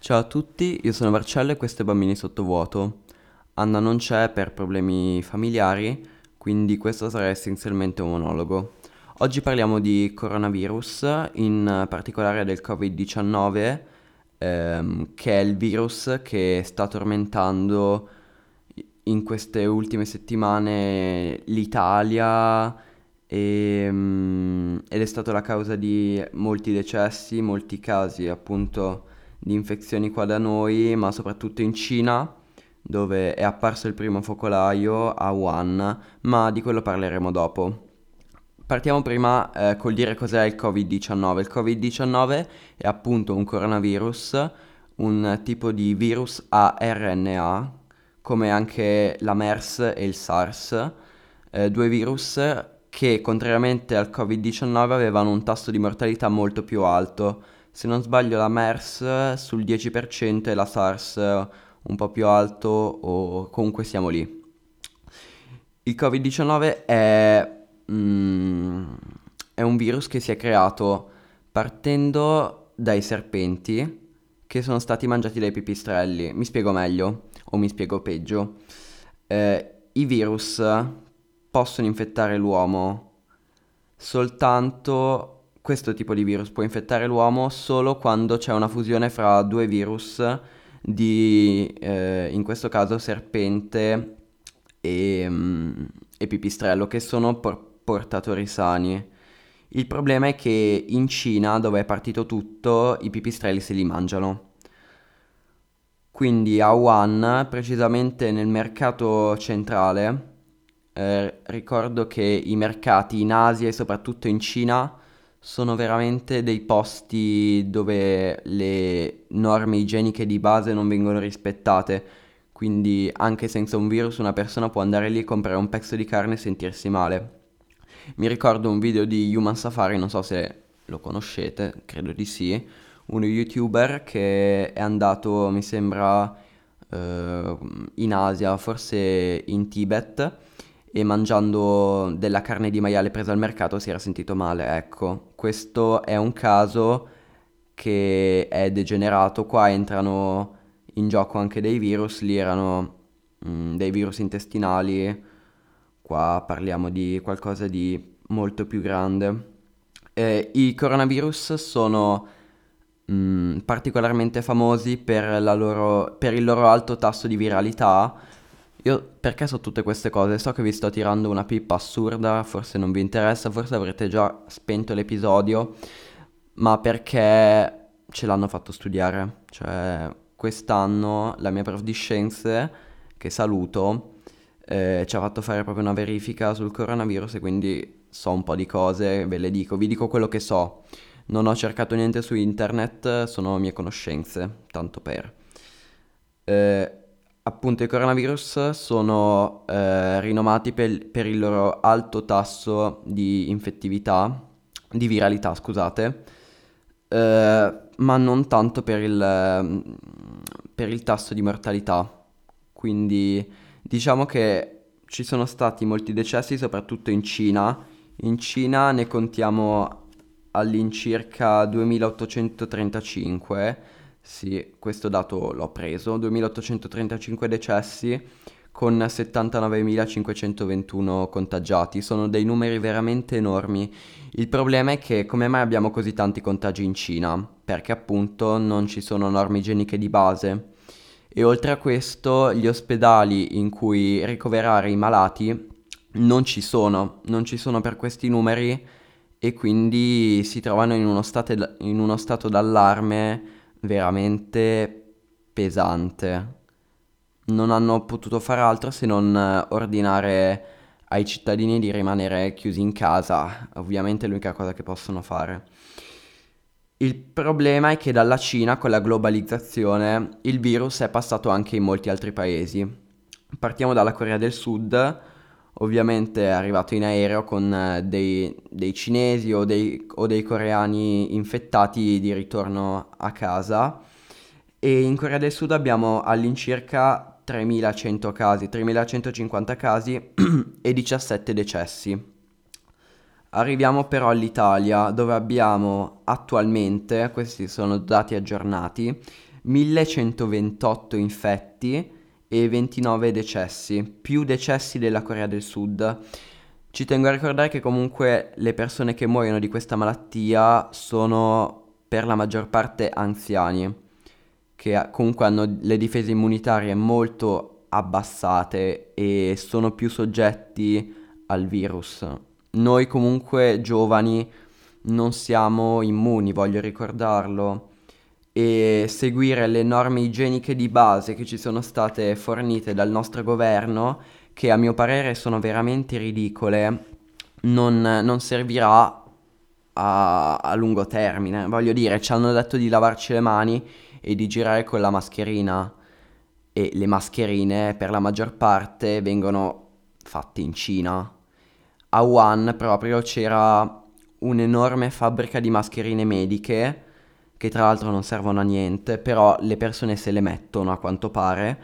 Ciao a tutti, io sono Marcello e questo è Bambini Sottovuoto. Anna non c'è per problemi familiari, quindi questo sarà essenzialmente un monologo. Oggi parliamo di coronavirus, in particolare del Covid-19, che è il virus che sta tormentando in queste ultime settimane l'Italia ed è stato la causa di molti decessi, molti casi appunto di infezioni qua da noi, ma soprattutto in Cina, dove è apparso il primo focolaio a Wuhan, ma di quello parleremo dopo. Partiamo prima col dire cos'è il Covid-19. Il Covid-19 è appunto un coronavirus, un tipo di virus a RNA, come anche la MERS e il SARS, due virus che contrariamente al Covid-19 avevano un tasso di mortalità molto più alto. Se non sbaglio la MERS sul 10% e la SARS un po' più alto o comunque siamo lì. Il Covid-19 è un virus che si è creato partendo dai serpenti che sono stati mangiati dai pipistrelli. Mi spiego meglio o mi spiego peggio. I virus possono infettare l'uomo soltanto questo tipo di virus può infettare l'uomo solo quando c'è una fusione fra due virus in questo caso serpente e pipistrello, che sono portatori sani. Il problema è che in Cina, dove è partito tutto, i pipistrelli se li mangiano. Quindi a Wuhan, precisamente nel mercato centrale, ricordo che i mercati in Asia e soprattutto in Cina sono veramente dei posti dove le norme igieniche di base non vengono rispettate. Quindi anche senza un virus una persona può andare lì e comprare un pezzo di carne e sentirsi male. Mi ricordo un video di Human Safari, non so se lo conoscete, credo di sì, uno youtuber che è andato, mi sembra, in Asia, forse in Tibet, e mangiando della carne di maiale presa al mercato si era sentito male. Ecco, questo è un caso che è degenerato, qua entrano in gioco anche dei virus, lì erano dei virus intestinali, qua parliamo di qualcosa di molto più grande. I coronavirus sono particolarmente famosi per il loro alto tasso di viralità. Io perché so tutte queste cose? So che vi sto tirando una pippa assurda, forse non vi interessa, forse avrete già spento l'episodio, ma perché ce l'hanno fatto studiare. Cioè, quest'anno la mia prof di scienze, che saluto, ci ha fatto fare proprio una verifica sul coronavirus e quindi so un po' di cose, ve le dico, vi dico quello che so. Non ho cercato niente su internet, sono mie conoscenze, tanto per. Eh, appunto, i coronavirus sono rinomati per il loro alto tasso di infettività, di viralità, scusate, ma non tanto per il tasso di mortalità. Quindi diciamo che ci sono stati molti decessi, soprattutto in Cina. In Cina ne contiamo all'incirca 2835. Sì, questo dato l'ho preso, 2835 decessi con 79.521 contagiati, sono dei numeri veramente enormi. Il problema è che come mai abbiamo così tanti contagi in Cina? Perché appunto non ci sono norme igieniche di base. E oltre a questo, gli ospedali in cui ricoverare i malati non ci sono per questi numeri e quindi si trovano in uno stato d'allarme veramente pesante. Non hanno potuto fare altro se non ordinare ai cittadini di rimanere chiusi in casa, ovviamente è l'unica cosa che possono fare. Il problema è che dalla Cina, con la globalizzazione, il virus è passato anche in molti altri paesi. Partiamo dalla Corea del Sud, ovviamente è arrivato in aereo con dei cinesi o dei coreani infettati di ritorno a casa e in Corea del Sud abbiamo all'incirca 3100 casi, 3150 casi e 17 decessi. Arriviamo però all'Italia, dove abbiamo attualmente, questi sono dati aggiornati, 1128 infetti e 29 decessi, più decessi della Corea del Sud. Ci tengo a ricordare che comunque le persone che muoiono di questa malattia sono per la maggior parte anziani, che comunque hanno le difese immunitarie molto abbassate e sono più soggetti al virus. Noi comunque giovani non siamo immuni, voglio ricordarlo, e seguire le norme igieniche di base che ci sono state fornite dal nostro governo, che a mio parere sono veramente ridicole, non servirà a lungo termine. Voglio dire, ci hanno detto di lavarci le mani e di girare con la mascherina, e le mascherine per la maggior parte vengono fatte in Cina. A Wuhan proprio c'era un'enorme fabbrica di mascherine mediche che tra l'altro non servono a niente, però le persone se le mettono a quanto pare,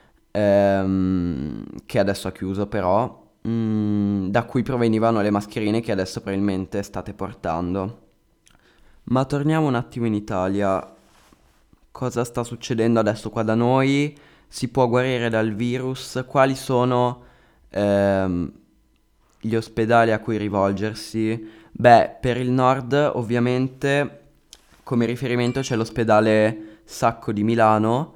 che adesso ha chiuso però, da cui provenivano le mascherine che adesso probabilmente state portando. Ma torniamo un attimo in Italia. Cosa sta succedendo adesso qua da noi? Si può guarire dal virus? Quali sono ehm, gli ospedali a cui rivolgersi? Beh, per il nord ovviamente come riferimento c'è l'ospedale Sacco di Milano,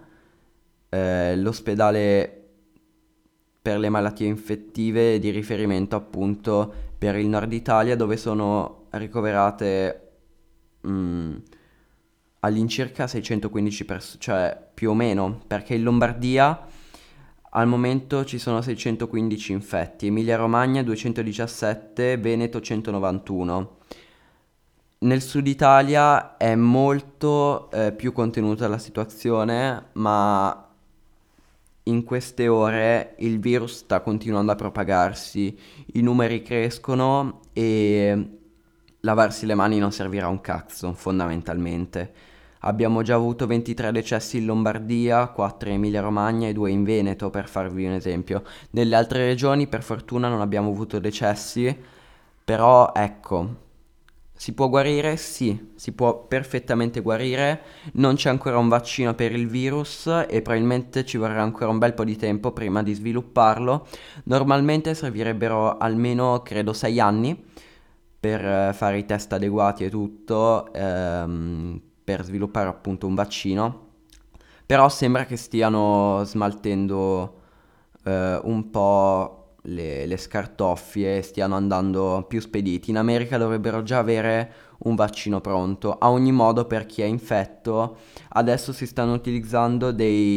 l'ospedale per le malattie infettive di riferimento appunto per il nord Italia, dove sono ricoverate mm, all'incirca 615 persone, cioè più o meno, perché in Lombardia al momento ci sono 615 infetti, Emilia-Romagna 217, Veneto 191. Nel sud Italia è molto più contenuta la situazione, ma in queste ore il virus sta continuando a propagarsi, i numeri crescono e lavarsi le mani non servirà un cazzo, fondamentalmente. Abbiamo già avuto 23 decessi in Lombardia, 4 in Emilia-Romagna e 2 in Veneto, per farvi un esempio. Nelle altre regioni, per fortuna, non abbiamo avuto decessi, però ecco, si può guarire? Sì, si può perfettamente guarire. Non c'è ancora un vaccino per il virus e probabilmente ci vorrà ancora un bel po' di tempo prima di svilupparlo. Normalmente servirebbero almeno, credo, 6 anni per fare i test adeguati e tutto, per sviluppare appunto un vaccino. Però sembra che stiano smaltendo un po' le scartoffie, stiano andando più spediti. In America dovrebbero già avere un vaccino pronto. A ogni modo, per chi è infetto, adesso si stanno utilizzando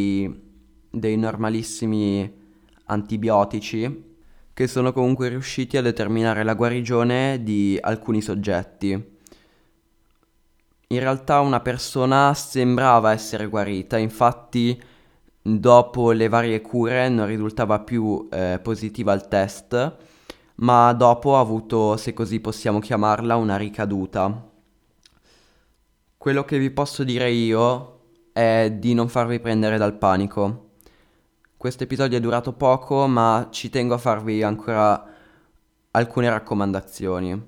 dei normalissimi antibiotici che sono comunque riusciti a determinare la guarigione di alcuni soggetti. In realtà una persona sembrava essere guarita, infatti dopo le varie cure non risultava più positiva al test, ma dopo ha avuto, se così possiamo chiamarla, una ricaduta. Quello che vi posso dire io è di non farvi prendere dal panico. Questo episodio è durato poco, ma ci tengo a farvi ancora alcune raccomandazioni.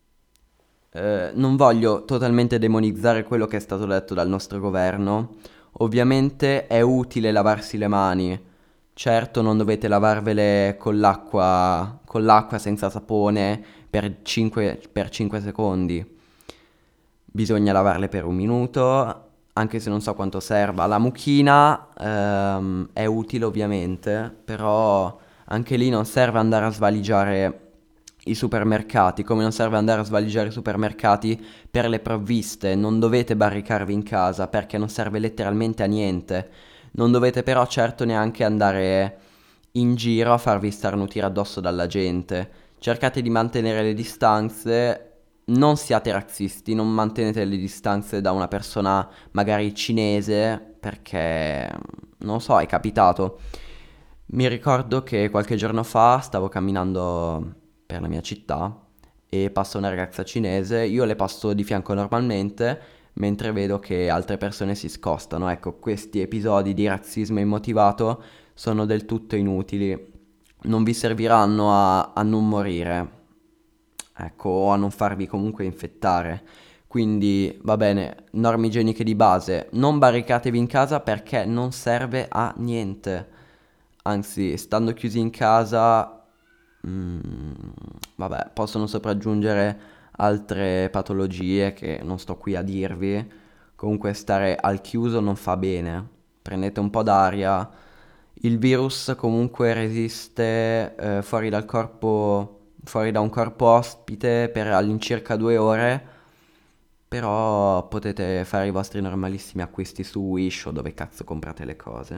Non voglio totalmente demonizzare quello che è stato detto dal nostro governo. Ovviamente è utile lavarsi le mani. Certo, non dovete lavarvele con l'acqua senza sapone per 5 secondi. Bisogna lavarle per un minuto, anche se non so quanto serva. La mucchina è utile ovviamente, però anche lì non serve andare a svaligiare i supermercati, come non serve andare a svaligiare i supermercati per le provviste. Non dovete barricarvi in casa perché non serve letteralmente a niente. Non dovete però certo neanche andare in giro a farvi starnutire addosso dalla gente. Cercate di mantenere le distanze, non siate razzisti, non mantenete le distanze da una persona magari cinese perché non so, è capitato. Mi ricordo che qualche giorno fa stavo camminando per la mia città e passa una ragazza cinese, io le passo di fianco normalmente, mentre vedo che altre persone si scostano. Ecco, questi episodi di razzismo immotivato sono del tutto inutili, non vi serviranno a non morire, ecco, o a non farvi comunque infettare. Quindi va bene, norme igieniche di base, non barricatevi in casa perché non serve a niente. Anzi, stando chiusi in casa, mm, vabbè, possono sopraggiungere altre patologie che non sto qui a dirvi. Comunque stare al chiuso non fa bene. Prendete un po' d'aria. Il virus comunque resiste fuori dal corpo, fuori da un corpo ospite per all'incirca 2 ore. Però potete fare i vostri normalissimi acquisti su Wish o dove cazzo comprate le cose.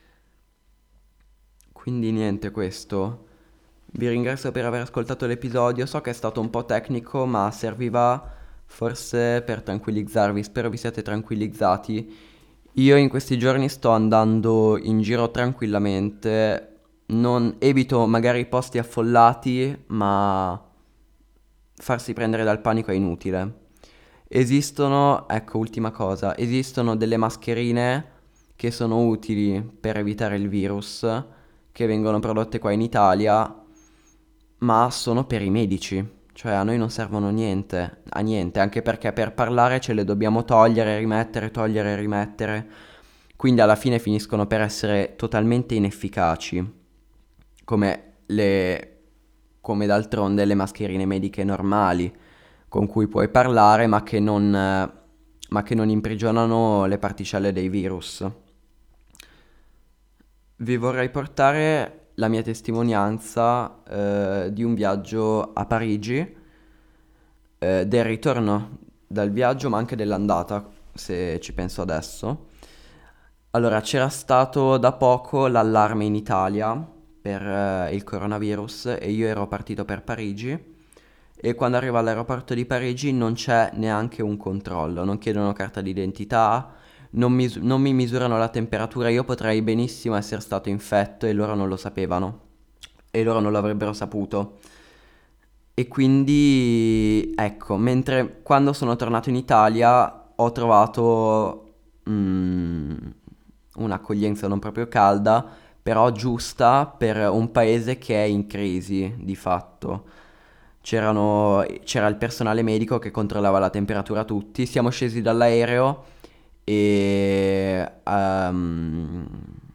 Quindi niente, questo. Vi ringrazio per aver ascoltato l'episodio. So che è stato un po' tecnico, ma serviva forse per tranquillizzarvi. Spero vi siate tranquillizzati. Io in questi giorni sto andando in giro tranquillamente. Non evito magari i posti affollati, ma farsi prendere dal panico è inutile. Esistono, ecco, ultima cosa, esistono delle mascherine che sono utili per evitare il virus, che vengono prodotte qua in Italia, ma sono per i medici. Cioè a noi non servono a niente, anche perché per parlare ce le dobbiamo togliere e rimettere. Quindi alla fine finiscono per essere totalmente inefficaci, come come d'altronde le mascherine mediche normali con cui puoi parlare ma che non imprigionano le particelle dei virus. Vi vorrei portare la mia testimonianza di un viaggio a Parigi, del ritorno dal viaggio ma anche dell'andata, se ci penso adesso. Allora, c'era stato da poco l'allarme in Italia per il coronavirus e io ero partito per Parigi e quando arrivo all'aeroporto di Parigi non c'è neanche un controllo, non chiedono carta d'identità, non mi misurano la temperatura, io potrei benissimo essere stato infetto e loro non lo sapevano e loro non lo avrebbero saputo. E quindi, ecco, mentre quando sono tornato in Italia ho trovato un'accoglienza non proprio calda, però giusta per un paese che è in crisi, di fatto. C'era il personale medico che controllava la temperatura a tutti, siamo scesi dall'aereo e,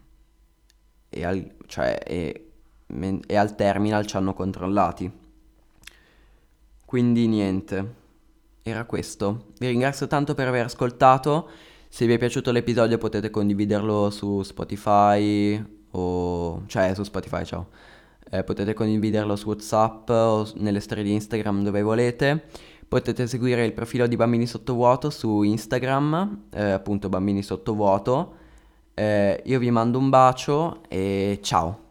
e al terminal ci hanno controllati. Quindi niente, era questo. Vi ringrazio tanto per aver ascoltato. Se vi è piaciuto l'episodio potete condividerlo su Spotify o... cioè su Spotify, ciao. Potete condividerlo su WhatsApp o nelle storie di Instagram dove volete. Potete seguire il profilo di Bambini Sottovuoto su Instagram, appunto Bambini Sottovuoto. Io vi mando un bacio e ciao.